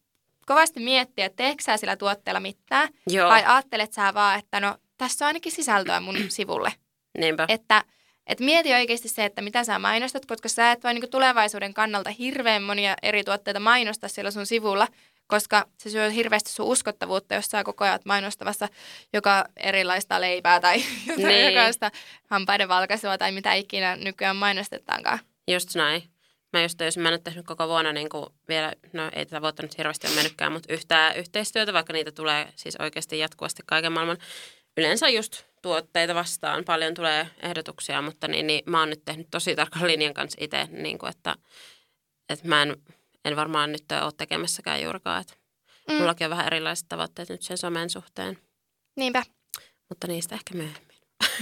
kovasti miettiä, että teekö sä sillä tuotteella mitään. Joo. Vai ajattelet sä vaan, että no tässä on ainakin sisältöä mun sivulle. Niinpä. Että et mieti oikeasti se, että mitä sä mainostat, koska sä et voi niinku tulevaisuuden kannalta hirveän monia eri tuotteita mainostaa siellä sun sivulla, koska se syö hirveästi sun uskottavuutta, jos sä koko ajan mainostavassa joka erilaista leipää tai niin. jokaista hampaiden valkaisua tai mitä ikinä nykyään mainostetaankaan. Just näin. Mä just jos mä en ole tehnyt koko vuonna niin kuin vielä, no ei tätä vuotta nyt hirveästi ole mennytkään, mutta yhtään yhteistyötä, vaikka niitä tulee siis oikeasti jatkuvasti kaiken maailman. Yleensä just tuotteita vastaan paljon tulee ehdotuksia, mutta niin, niin mä oon nyt tehnyt tosi tarkan linjan kanssa itse, niin kuin että, että mä en, en varmaan nyt ole tekemässäkään juurikaan. Että mm. Mullakin on vähän erilaiset tavoitteet nyt sen somen suhteen. Niinpä. Mutta niistä ehkä myöhemmin.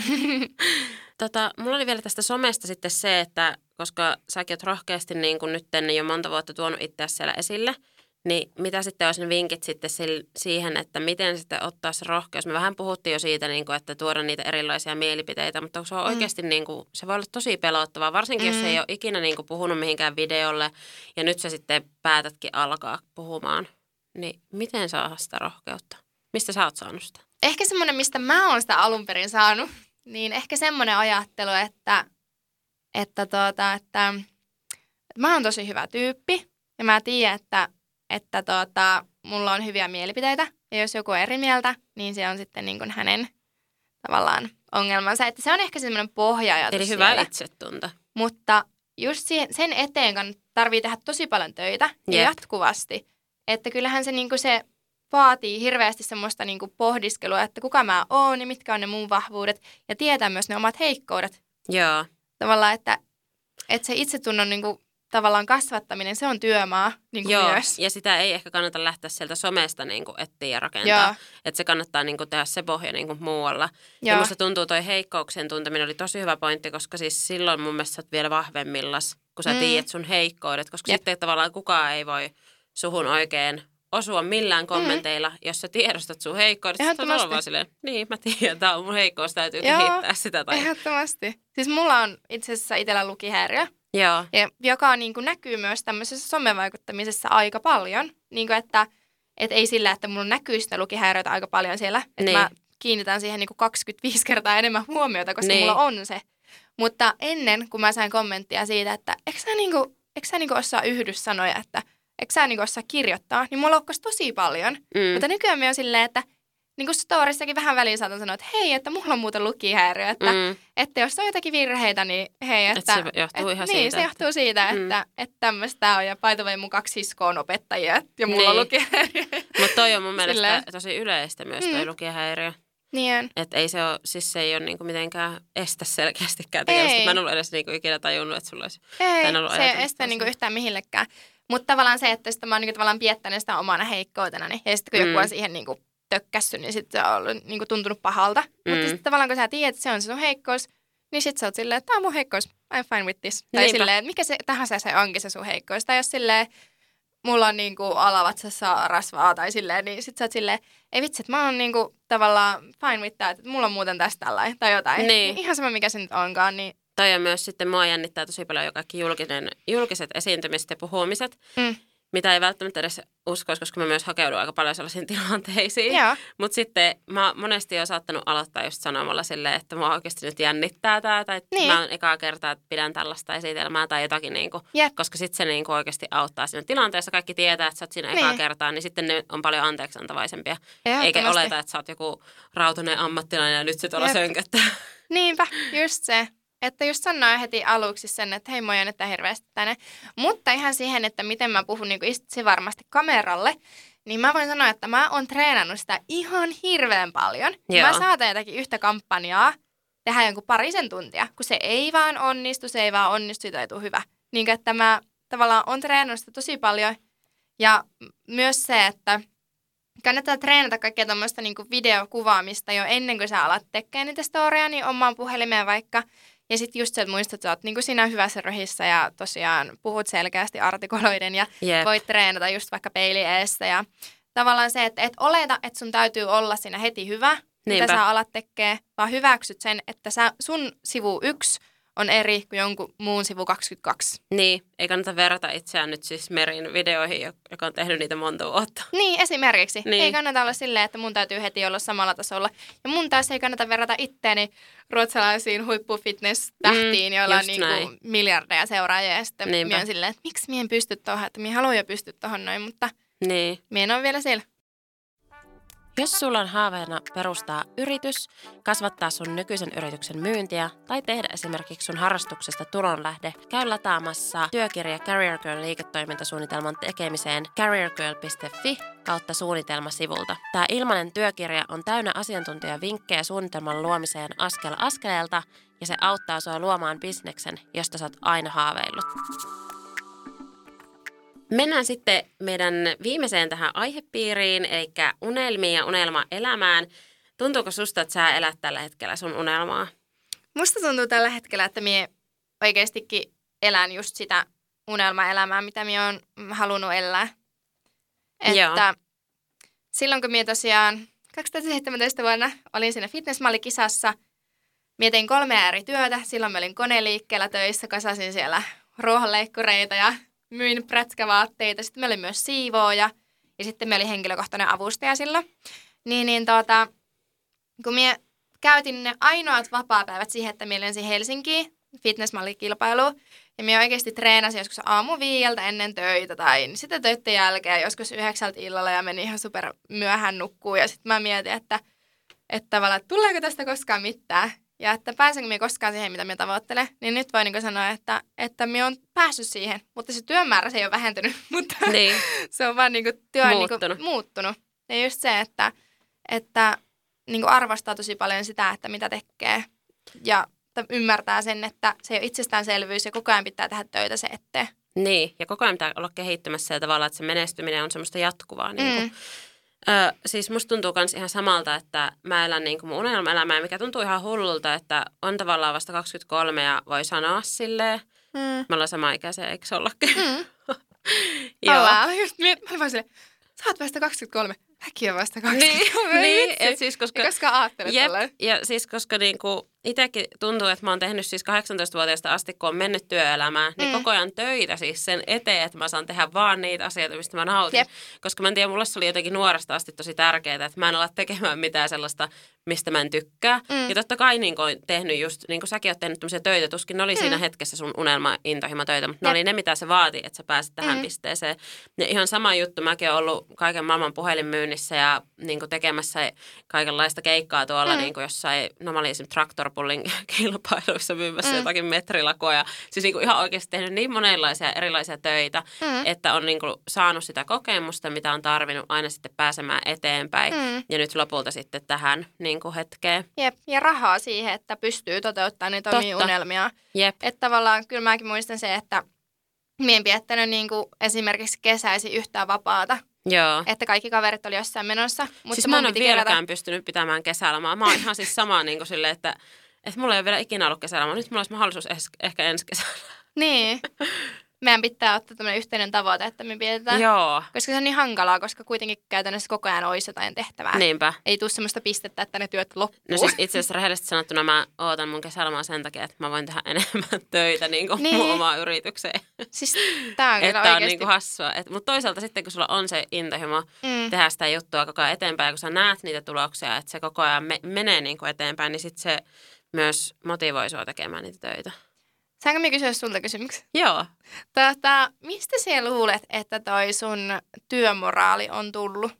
tota, mulla oli vielä tästä somesta sitten se, että koska säkin oot rohkeasti niin kuin nyt jo monta vuotta tuonut itseäsi siellä esille, niin mitä sitten olisi ne vinkit sitten siihen, että miten sitten ottaa se rohkeus? Me vähän puhuttiin jo siitä, niin kuin, että tuoda niitä erilaisia mielipiteitä, mutta se on mm. oikeasti, niin kuin, se voi olla tosi pelottavaa, varsinkin mm. jos ei ole ikinä niin kuin, puhunut mihinkään videolle ja nyt sä sitten päätätkin alkaa puhumaan. Niin miten saada sitä rohkeutta? Mistä sä oot saanut sitä? Ehkä semmoinen, mistä mä oon sitä alun perin saanut, niin ehkä semmoinen ajattelu, että, että, tuota, että, että mä oon tosi hyvä tyyppi ja mä tiedän, että että tuota, mulla on hyviä mielipiteitä ja jos joku on eri mieltä, niin se on sitten niin kuin hänen tavallaan ongelmansa. Että se on ehkä semmoinen pohja-ajatus. Eli hyvä siellä. itsetunto. Mutta just sen eteen tarvii tehdä tosi paljon töitä ja Jep. jatkuvasti. Että kyllähän se, niin kuin se vaatii hirveästi semmoista niin kuin pohdiskelua, että kuka mä oon ja mitkä on ne mun vahvuudet ja tietää myös ne omat heikkoudet. Joo. Tavallaan, että, että se itsetunnon niin kuin tavallaan kasvattaminen, se on työmaa niin kuin Joo, myös. ja sitä ei ehkä kannata lähteä sieltä somesta niin kuin etsiä ja rakentaa. Joo. Että se kannattaa niin kuin tehdä se pohja niin kuin muualla. Joo. Ja musta tuntuu toi heikkouksien tunteminen oli tosi hyvä pointti, koska siis silloin mun mielestä sä oot vielä vahvemmillas, kun sä mm. tiedät sun heikkoudet. Koska Jep. sitten tavallaan kukaan ei voi suhun oikein osua millään kommenteilla, mm. jos sä tiedostat sun heikkoudet. Sitten on vaan silleen, niin mä tiedän, tää on mun heikkous, täytyy Joo. kehittää sitä. Tai... Ehdottomasti. Siis mulla on itse asiassa itsellä lukihäiriö. Joo. Ja joka niin kuin, näkyy myös tämmöisessä somevaikuttamisessa aika paljon. Niin kuin, että et ei sillä, että mulla näkyy sitä lukihäiriötä aika paljon siellä. Että niin. Mä kiinnitän siihen niin kuin kaksikymmentäviisi kertaa enemmän huomiota, koska niin. mulla on se. Mutta ennen, kun mä sain kommenttia siitä, että eikö sä, niin kuin, eikö sä niin kuin osaa yhdyssanoja, että eikö sä niin kuin osaa kirjoittaa, niin mulla loukkasi tosi paljon. Mm. Mutta nykyään me on silleen, että niin kuin storissakin vähän väliin saatan sanoa, että hei, että mulla on muuten lukihäiriö, että, mm. että jos on jotakin virheitä, niin hei, että... että se johtuu et, ihan niin, siitä. se johtuu siitä, mm. että, että tämmöistä on. Ja by the way, mun kaksi siskoa on opettajia ja mulla niin. on lukihäiriö. Mutta toi on mun mielestä tosi yleistä myös toi mm. lukihäiriö. Niin. Että ei se ole, siis se ei ole niinku mitenkään estä selkeästikään tekemistä. Mä en ollut edes niinku ikinä tajunnut, että sulla olisi... Ei, se ei estä niinku yhtään mihillekään. Mutta tavallaan se, että sitä mä oon niinku tavallaan piettänyt sitä omana heikkoutena, ja sitten kun mm. joku on siihen niinku tökkässyt, niin sitten se on ollut, niinku, tuntunut pahalta. Mm. Mutta sitten tavallaan kun sä tiedät, että se on sun heikkous, niin sitten sä oot silleen, että tämä on mun heikkous, I'm fine with this. Tai Niinpä. silleen, että mikä se tahansa se onkin se sun heikkous. Tai jos silleen, mulla on niinku alavatsassa rasvaa tai silleen, niin sit sä oot silleen, ei vitsi, että mä oon niinku tavallaan fine with that, että mulla on muuten tästä tällainen tai jotain. Niin. Ihan sama mikä se nyt onkaan, niin... Toi on myös sitten, mua jännittää tosi paljon jo kaikki julkinen, julkiset esiintymiset ja puhumiset, mm. mitä ei välttämättä edes uskoisi, koska mä myös hakeudun aika paljon sellaisiin tilanteisiin. Mutta sitten mä monesti olen saattanut aloittaa just sanomalla silleen, että mua oikeasti nyt jännittää tää, tai niin. mä oon ekaa kertaa, että pidän tällaista esitelmää tai jotakin, niinku, yep. koska sitten se niinku oikeasti auttaa siinä tilanteessa. Kaikki tietää, että sä oot siinä niin. ekaa kertaa, niin sitten ne on paljon anteeksiantavaisempia. Eikä oleta, että sä oot joku rautunen ammattilainen ja nyt se tuolla sönköttää. Niinpä, just se. Että just sanoa heti aluksi sen, että hei, moi jännittää hirveästi tänne. Mutta ihan siihen, että miten mä puhun niin itse varmasti kameralle, niin mä voin sanoa, että mä oon treenannut sitä ihan hirveän paljon. Joo. Mä saatan jotakin yhtä kampanjaa tehdä jonkun parisen tuntia, kun se ei vaan onnistu, se ei vaan onnistu, siitä ei tule hyvä. Niin että mä tavallaan oon treenannut sitä tosi paljon. Ja myös se, että kannattaa treenata kaikkea tuommoista niin videokuvaamista jo ennen kuin sä alat tekemään niitä storia, niin omaan puhelimeen vaikka. Ja sitten just se, että muistat, että sä oot niin siinä hyvässä rohissa ja tosiaan puhut selkeästi artikuloiden ja yep. voit treenata just vaikka peili eessä. Ja tavallaan se, että et oleta, että sun täytyy olla siinä heti hyvä, Niinpä. mitä sä alat tekee, vaan hyväksyt sen, että sä, sun sivu yksi on eri kuin jonkun muun sivu kaksikymmentäkaksi. Niin, ei kannata verrata itseään nyt siis Merin videoihin, joka on tehnyt niitä monta vuotta. Niin, esimerkiksi. Niin. Ei kannata olla silleen, että mun täytyy heti olla samalla tasolla. Ja mun taas ei kannata verrata itteeni ruotsalaisiin huippufitness-tähtiin, Mm, joilla on just niinku näin. miljardeja seuraajia. Ja sitten Niinpä. mie on silleen, että miksi mie en pysty tuohon, että mie haluan jo pystyä tuohon noin, mutta Niin. mie en ole vielä siellä. Jos sulla on haaveena perustaa yritys, kasvattaa sun nykyisen yrityksen myyntiä tai tehdä esimerkiksi sun harrastuksesta tulonlähde, käy lataamassa työkirja Career Girl liiketoimintasuunnitelman tekemiseen careergirl piste fi kautta suunnitelmasivulta. Tämä ilmainen työkirja on täynnä asiantuntijavinkkejä suunnitelman luomiseen askel askeleelta ja se auttaa sua luomaan bisneksen, josta sä oot aina haaveillut. Mennään sitten meidän viimeiseen tähän aihepiiriin, eli unelmiin ja unelmaelämään. Tuntuuko susta, että sä elät tällä hetkellä sun unelmaa? Musta tuntuu tällä hetkellä, että mie oikeastikin elän just sitä unelmaelämää, mitä mie oon halunnut elää. Että Joo. silloin kun mie tosiaan kaksituhattaseitsemäntoista vuonna olin siinä fitnessmallikisassa, mie tein kolmea eri työtä. Silloin mä olin koneliikkeellä töissä, kasasin siellä ruohonleikkureita ja myin prätkävaatteita. Sitten mä olin myös siivooja ja sitten mä olin henkilökohtainen avustaja silloin. Niin, niin tuota, kun mie käytin ne ainoat vapaapäivät siihen, että mie lensin Helsinkiin fitnessmallikilpailuun. Ja mie oikeasti treenasin joskus aamu viieltä ennen töitä tai sitten töiden jälkeen joskus yhdeksältä illalla ja menin ihan super myöhään nukkuun. Ja sitten mä mietin, että, että tavallaan, että tuleeko tästä koskaan mitään. Ja että pääsenkö minä koskaan siihen, mitä minä tavoittelen, niin nyt voi niin sanoa, että, että minä olen päässyt siihen. Mutta se työmäärä se ei ole vähentynyt, mutta Niin. se on vaan niin kuin, työ on Muuttunut. niin kuin, muuttunut. Ja just se, että, että niin kuin arvostaa tosi paljon sitä, että mitä tekee. Ja että ymmärtää sen, että se ei ole itsestäänselvyys ja koko ajan pitää tehdä töitä se eteen. Niin, ja koko ajan pitää olla kehittymässä ja tavallaan, että se menestyminen on semmoista jatkuvaa. Niin kuin. Mm. Ö, siis musta tuntuu myös ihan samalta, että mä elän niin kuin mun unelmaelämää, mikä tuntuu ihan hullulta, että on tavallaan vasta kaksikymmentäkolme ja voi sanoa silleen. Mm. Me ollaan sama ikäisiä, eikö ollakin? Mm. Joo. Ollaan. Just, mä olin vaan silleen, sä oot vasta kaksikymmentäkolme. Mäkin on vasta kaksikymmentäkolme. Niin, Vitsi. et siis koska, Ja koska ajattelet jep, tolleen. ja siis koska niinku itsekin tuntuu, että mä oon tehnyt siis kahdeksantoistavuotiaasta asti, kun on mennyt työelämään, niin Mm. koko ajan töitä siis sen eteen, että mä saan tehdä vaan niitä asioita, mistä mä nautin. Jep. Koska mä en tiedä, mulle se oli jotenkin nuoresta asti tosi tärkeää, että mä en ala tekemään mitään sellaista, mistä mä en tykkää. Mm. Ja totta kai niin on tehnyt just, niin kuin säkin oot tehnyt tämmöisiä töitä, tuskin ne oli Mm. siinä hetkessä sun unelma, intohimo töitä, mutta ne Jep. oli ne, mitä se vaati, että sä pääsit tähän Mm. pisteeseen. Ja ihan sama juttu, mäkin olen ollut kaiken maailman puhelinmyynnissä ja niin kuin tekemässä kaikenlaista keikkaa tuolla Mm. niin kuin jossain, no mä olin esimerkiksi traktorpullin kilpailuissa myymässä Mm. jotakin metrilakoja. Siis niin kuin ihan oikeasti tehnyt niin monenlaisia erilaisia töitä, Mm. että on niin kuin saanut sitä kokemusta, mitä on tarvinnut aina sitten pääsemään eteenpäin. Mm. Ja nyt lopulta sitten tähän niin kuin hetkeen. Jep, ja rahaa siihen, että pystyy toteuttamaan niitä omia Totta. unelmia. Jep, Että tavallaan kyllä mäkin muistan se, että mie en viettänyt niin kuin esimerkiksi kesäisi yhtään vapaata. joo. Että kaikki kaverit oli jossain menossa. Mutta Siis mun mä en ole piti kerätä- vieläkään pystynyt pitämään kesälomaa. Mä oon ihan siis sama niin kuin silleen, että, että mulla ei ole vielä ikinä ollut kesälomaa. Nyt mulla olisi mahdollisuus es- ehkä ensi kesänä. Niin. Meidän pitää ottaa tämmöinen yhteinen tavoite, että me pidetään. Joo, Koska se on niin hankalaa, koska kuitenkin käytännössä koko ajan olisi jotain tehtävää. niinpä. Ei tule semmoista pistettä, että ne työt loppuu. No siis itse asiassa rehellisesti sanottuna mä ootan mun kesälomaa sen takia, että mä voin tehdä enemmän töitä niin kuin Niin. mun omaan yritykseen. Siis tää on kyllä Että on oikeasti. niin kuin hassua. Mutta toisaalta sitten, kun sulla on se intohimo Mm. tehdä sitä juttua koko ajan eteenpäin, ja kun sä näet niitä tuloksia, että se koko ajan me- menee niin kuin eteenpäin, niin sitten se myös motivoi sua tekemään niitä töitä. Saanko minä kysyä sulta kysymyksen? Joo. Tota, mistä sinä luulet, että toi sun työmoraali on tullut?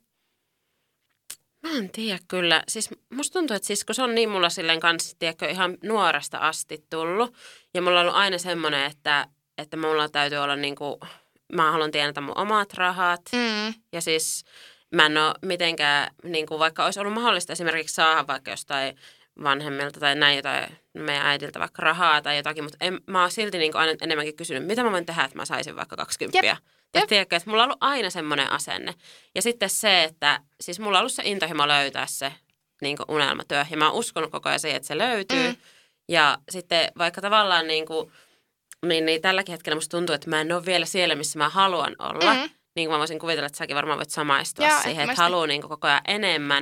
Mä en tiedä kyllä. Siis musta tuntuu, että siis kun se on niin mulla silleen kanssa, tiedätkö, ihan nuoresta asti tullut. Ja mulla on ollut aina semmoinen, että, että mulla täytyy olla niinku, mä haluan tienata mun omat rahat. Mm. Ja siis mä en ole mitenkään, niinku, vaikka olisi ollut mahdollista esimerkiksi saada vaikka jostain vanhemmilta tai näin jotain meidän äidiltä vaikka rahaa tai jotakin, mutta en, mä oon silti niinku aina enemmänkin kysynyt, mitä mä voin tehdä, että mä saisin vaikka kaksikymppiä. Tai tiedätkö, että mulla on ollut aina semmoinen asenne. Ja sitten se, että siis mulla on ollut se intohimo löytää se niin kuin unelmatyö. Ja mä oon uskonut koko ajan siihen, että se löytyy. Mm. Ja sitten vaikka tavallaan niin kuin, niin, niin tälläkin hetkellä musta tuntuu, että mä en ole vielä siellä, missä mä haluan olla. Mm. Niin kuin mä voisin kuvitella, että säkin varmaan voit samaistua Joo, siihen, että ehdottomasti. haluaa niin kuin koko ajan enemmän.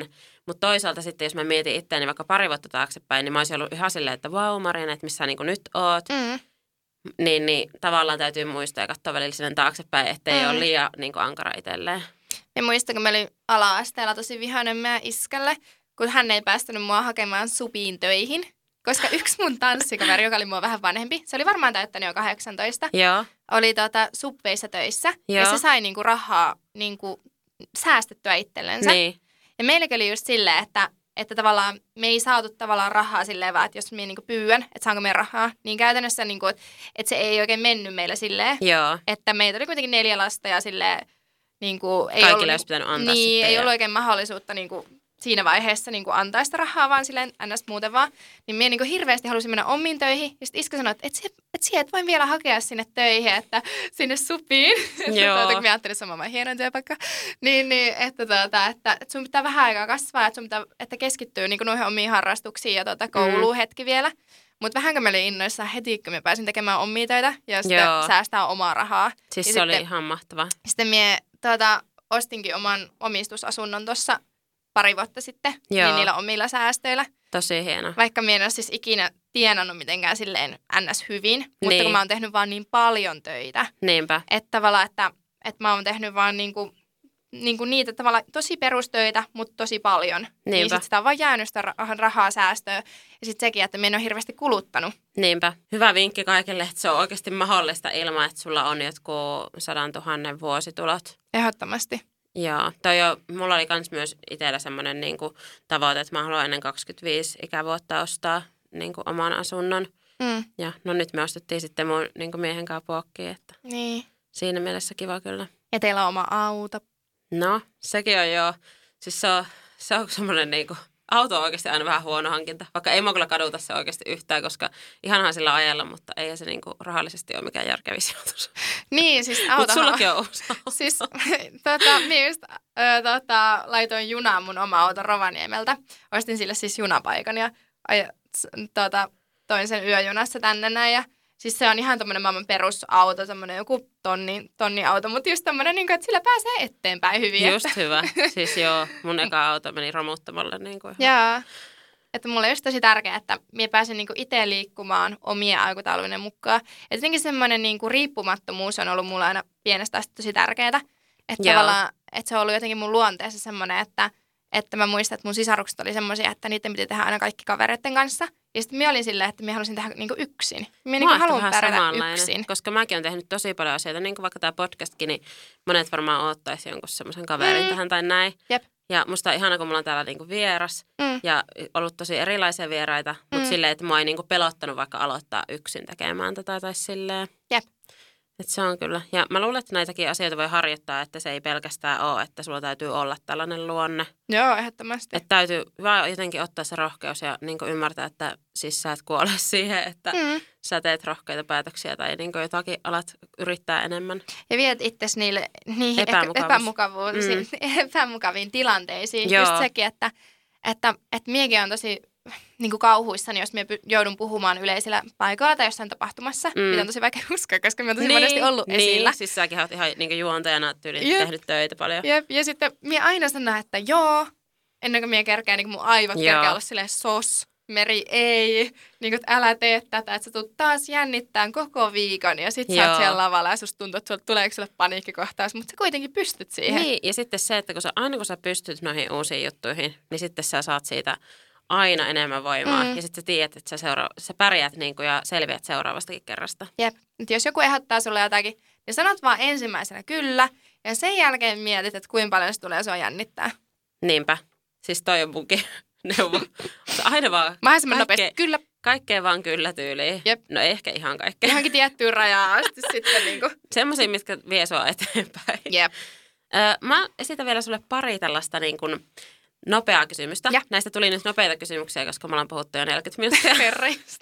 Mutta toisaalta sitten, jos mä mietin itseäni vaikka pari vuotta taaksepäin, niin mä olisin ollut ihan silleen, että vau Marina, että missä niin nyt oot. Mm. Niin, niin tavallaan täytyy muistaa ja katsoa välillä sinne taaksepäin, ettei mm. ole liian niin kuin ankara itselleen. Ja muistan, kun mä olin ala-asteella tosi vihainen meidän iskälle, kun hän ei päästänyt mua hakemaan supiin töihin. Koska yksi mun tanssikaveri, joka oli mua vähän vanhempi, se oli varmaan täyttänyt jo kahdeksantoista, Joo. oli tuota subveissa töissä. Joo. Ja se sai niinku rahaa niinku säästettyä itsellensä. Niin. Ja meilläkin oli just silleen, että, että tavallaan me ei saatu tavallaan rahaa silleen vaan, että jos minä niinku pyydän, että saanko me rahaa, niin käytännössä niinku, että, että se ei oikein mennyt meillä silleen, Joo. että meitä oli kuitenkin neljä lasta ja silleen, niinku, ei Kaikille ollut, olisi pitänyt antaa niin, sitten. ei Ja... ollut oikein mahdollisuutta niinku, siinä vaiheessa niin antaa sitä rahaa vaan silleen ns. Muuten vaan, niin minä niin hirveästi halusin mennä omiin töihin. Ja sitten iskä sanoi, että et, et, et sinä et voi vielä hakea sinne töihin, että sinne supiin. Joo. Tuota, kun minä ajattelin, että se on hieno työpaikka. Niin, niin että, tuota, että, että sun pitää vähän aikaa kasvaa, että sun pitää että keskittyy niin noihin omiin harrastuksiin ja tuota, kouluun mm. hetki vielä. Mutta vähän kun mä olin innoissaan heti, kun mä pääsin tekemään omia töitä ja sitten Joo. säästää omaa rahaa. Siis ja se sitten, oli ihan mahtavaa. Sitten minä tuota, ostinkin oman omistusasunnon tuossa pari vuotta sitten, Joo. niin niillä omilla säästöillä. Tosi hieno. Vaikka minä en ole siis ikinä tienannut mitenkään silleen ns. Hyvin, mutta niin. kun mä oon tehnyt vaan niin paljon töitä. Niinpä. Että tavallaan, että, että mä oon tehnyt vaan niinku, niinku niitä tavallaan tosi perustöitä, mutta tosi paljon. Niinpä. Niin sit sitä on vaan jäänyt sitä rahaa säästöä. Ja sitten sekin, että minä en ole hirveästi kuluttanut. Niinpä. Hyvä vinkki kaikille, että se on oikeasti mahdollista ilman, että sulla on jotkut sadan tuhannen vuositulot. Ehdottomasti. Joo, toi jo, mulla oli kans myös itsellä semmoinen niinku tavoite, että mä haluan ennen kaksikymmentäviisi ikävuotta ostaa niinku oman asunnon. Mm. Ja no nyt me ostettiin sitten mun niinku miehen kanssa puokkiin, että Niin. siinä mielessä kiva kyllä. Ja teillä on oma auto. No, sekin on jo, siis se on, se on semmoinen niinku, auto on oikeasti aina vähän huono hankinta, vaikka ei mua kyllä kaduta se oikeasti yhtään, koska ihanhan sillä ajalla, mutta ei se niinku rahallisesti ole mikään järkevi sijoitus. Niin, siis autohan... Mutta sullakin on uusi auto. Siis tota, minä just ö, tota, laitoin junaan mun oma auto Rovaniemeltä. Ostin sille siis junapaikan ja aj, tota, toin sen yöjunassa tänne näin. Ja, siis se on ihan tommonen maailman perusauto, tommonen joku tonni, tonni auto, mutta just tommonen, niin kuin, että sillä pääsee eteenpäin hyvin. Just että... hyvä. Siis joo, mun eka auto meni romuttamalle. Niin kuin Joo. Että mulle on just tosi tärkeää, että minä pääsen niinku itse liikkumaan omien aikataulujen mukaan. Ja jotenkin semmoinen niinku riippumattomuus on ollut mulle aina pienestä asti tosi tärkeää. Että tavallaan, että se on ollut jotenkin mun luonteessa semmoinen, että, että mä muistan, että mun sisarukset oli semmoisia, että niiden piti tehdä aina kaikki kavereiden kanssa. Ja sitten minä olin silleen, että minä halusin tehdä niinku yksin. Minä niinku haluan pärjätä yksin. Koska mäkin olen tehnyt tosi paljon asioita, niin kuin vaikka tämä podcastkin, niin monet varmaan odottaisi jonkun semmoisen kaverin mm. tähän tai näin. Jep. Ja musta on ihana, kun mulla on täällä niinku vieras mm. ja ollut tosi erilaisia vieraita, mutta mm. silleen, että mua ei niinku pelottanut vaikka aloittaa yksin tekemään tätä tai silleen. Jep. Että se on kyllä. Ja mä luulen, että näitäkin asioita voi harjoittaa, että se ei pelkästään ole, että sulla täytyy olla tällainen luonne. Joo, ehdottomasti. Että täytyy vaan jotenkin ottaa se rohkeus ja niinku ymmärtää, että siis sä et kuole siihen, että mm. sä teet rohkeita päätöksiä tai niinku jotakin alat yrittää enemmän. Ja viet itsesi niille niihin epämukavuuksiin, mm. epämukaviin tilanteisiin. Joo. Just sekin, että, että, että miekin on tosi niin kuin kauhuissani, jos minä joudun puhumaan yleisillä paikoilla tai jossain tapahtumassa, mm. mitä on tosi vaikea uskoa, koska minä olen tosi niin, monesti ollut niin. esillä. Siis säkin olet ihan niin juontajana tyyliin tehnyt töitä paljon. Jep. Ja sitten minä aina sanon, että joo, ennen kuin minä kerkeä, niin kuin mun aivot joo. kerkeä olla silleen sos, Meri ei, niin kuin, että älä tee tätä, että sä tulet taas jännittämään koko viikon ja sit sä oot siellä lavalla ja susta tuntuu, että tuleeko sulle paniikkikohtaus, mutta sä kuitenkin pystyt siihen. Niin, ja sitten se, että kun sä, aina kun sä pystyt noihin uusiin juttuihin, niin sitten sä saat siitä aina enemmän voimaa. Mm. Ja sitten sä tiedät, että sä, seura- sä pärjäät niin kuin ja selviät seuraavastakin kerrasta. Jep. Nyt jos joku ehdottaa sulle jotakin, niin sanot vaan ensimmäisenä kyllä. Ja sen jälkeen mietit, että kuinka paljon se tulee sua jännittää. Niinpä. Siis toi on munkin neuvo. Aina vaan. Mahdollisimman nopeasti kyllä. Kaikkea vaan kyllä tyyliin. Jep. No ei ehkä ihan kaikkea. Johonkin tiettyyn rajaan asti sitten niinku. Semmoisia, mitkä vie sua eteenpäin. Jep. Öö, mä esitän vielä sulle pari tällaista niin kuin nopeaa kysymystä. Ja. Näistä tuli nyt nopeita kysymyksiä, koska me ollaan puhuttu jo neljäkymmentä minuuttia. Herreistä.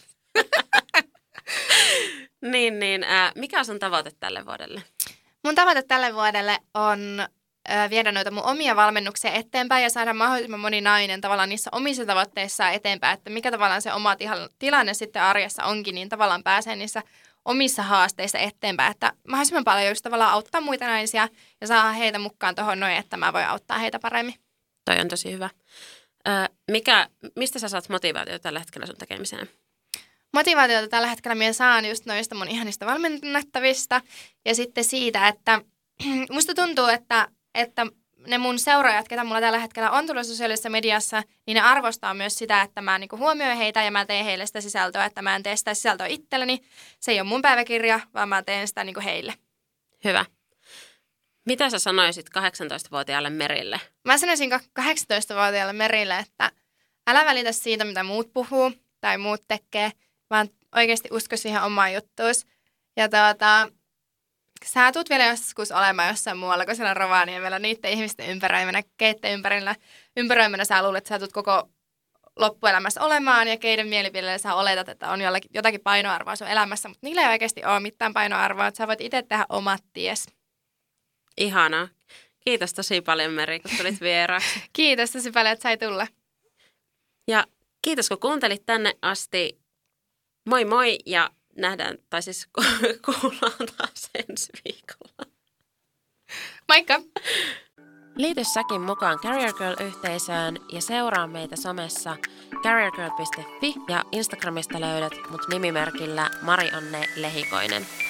niin, niin. Äh, mikä on sun tavoite tälle vuodelle? Mun tavoite tälle vuodelle on äh, viedä noita mun omia valmennuksia eteenpäin ja saada mahdollisimman moni nainen tavallaan niissä omissa tavoitteissaan eteenpäin, että mikä tavallaan se oma tiha- tilanne sitten arjessa onkin, niin tavallaan pääsee niissä omissa haasteissa eteenpäin, että mahdollisimman paljon just tavallaan auttaa muita naisia ja saada heitä mukaan tuohon noin, että mä voin auttaa heitä paremmin. Toi on tosi hyvä. Ö, mikä, mistä sä saat motivaatiota tällä hetkellä sun tekemiseen? Motivaatiota tällä hetkellä minä saan just noista mun ihanista valmennettavista ja sitten siitä, että musta tuntuu, että, että ne mun seuraajat, ketä mulla tällä hetkellä on tullut sosiaalisessa mediassa, niin ne arvostaa myös sitä, että mä niinku huomioin heitä ja mä teen heille sitä sisältöä, että mä en tee sitä sisältöä itselleni. Se ei ole mun päiväkirja, vaan mä teen sitä niinku heille. Hyvä. Mitä sä sanoisit kahdeksantoistavuotiaalle Merille? Mä sanoisin kahdeksantoistavuotiaalle Merille, että älä välitä siitä, mitä muut puhuu tai muut tekee, vaan oikeasti usko siihen omaan juttuus. Ja tuota, sä tulet vielä joskus olemaan jossain muualla kuin siellä Rovaniemellä niiden ihmisten ympäröimänä, keitten ympärillä, ympäröimänä sä luulet, että sä tulet koko loppuelämässä olemaan ja keiden mielipiteellä sä oletat, että on jollakin, jotakin painoarvoa sun elämässä, mutta niillä ei oikeasti ole mitään painoarvoa, että sä voit itse tehdä omat ties. Ihanaa. Kiitos tosi paljon Meri, kun tulit vieraaksi. Kiitos tosi paljon, että sai tulla. Ja kiitos, kun kuuntelit tänne asti. Moi moi ja nähdään, tai siis kuullaan taas ensi viikolla. Moikka! Liity säkin mukaan Career Girl-yhteisöön ja seuraa meitä somessa careergirl piste fi ja Instagramista löydät mut nimimerkillä Mari-Anne Lehikoinen.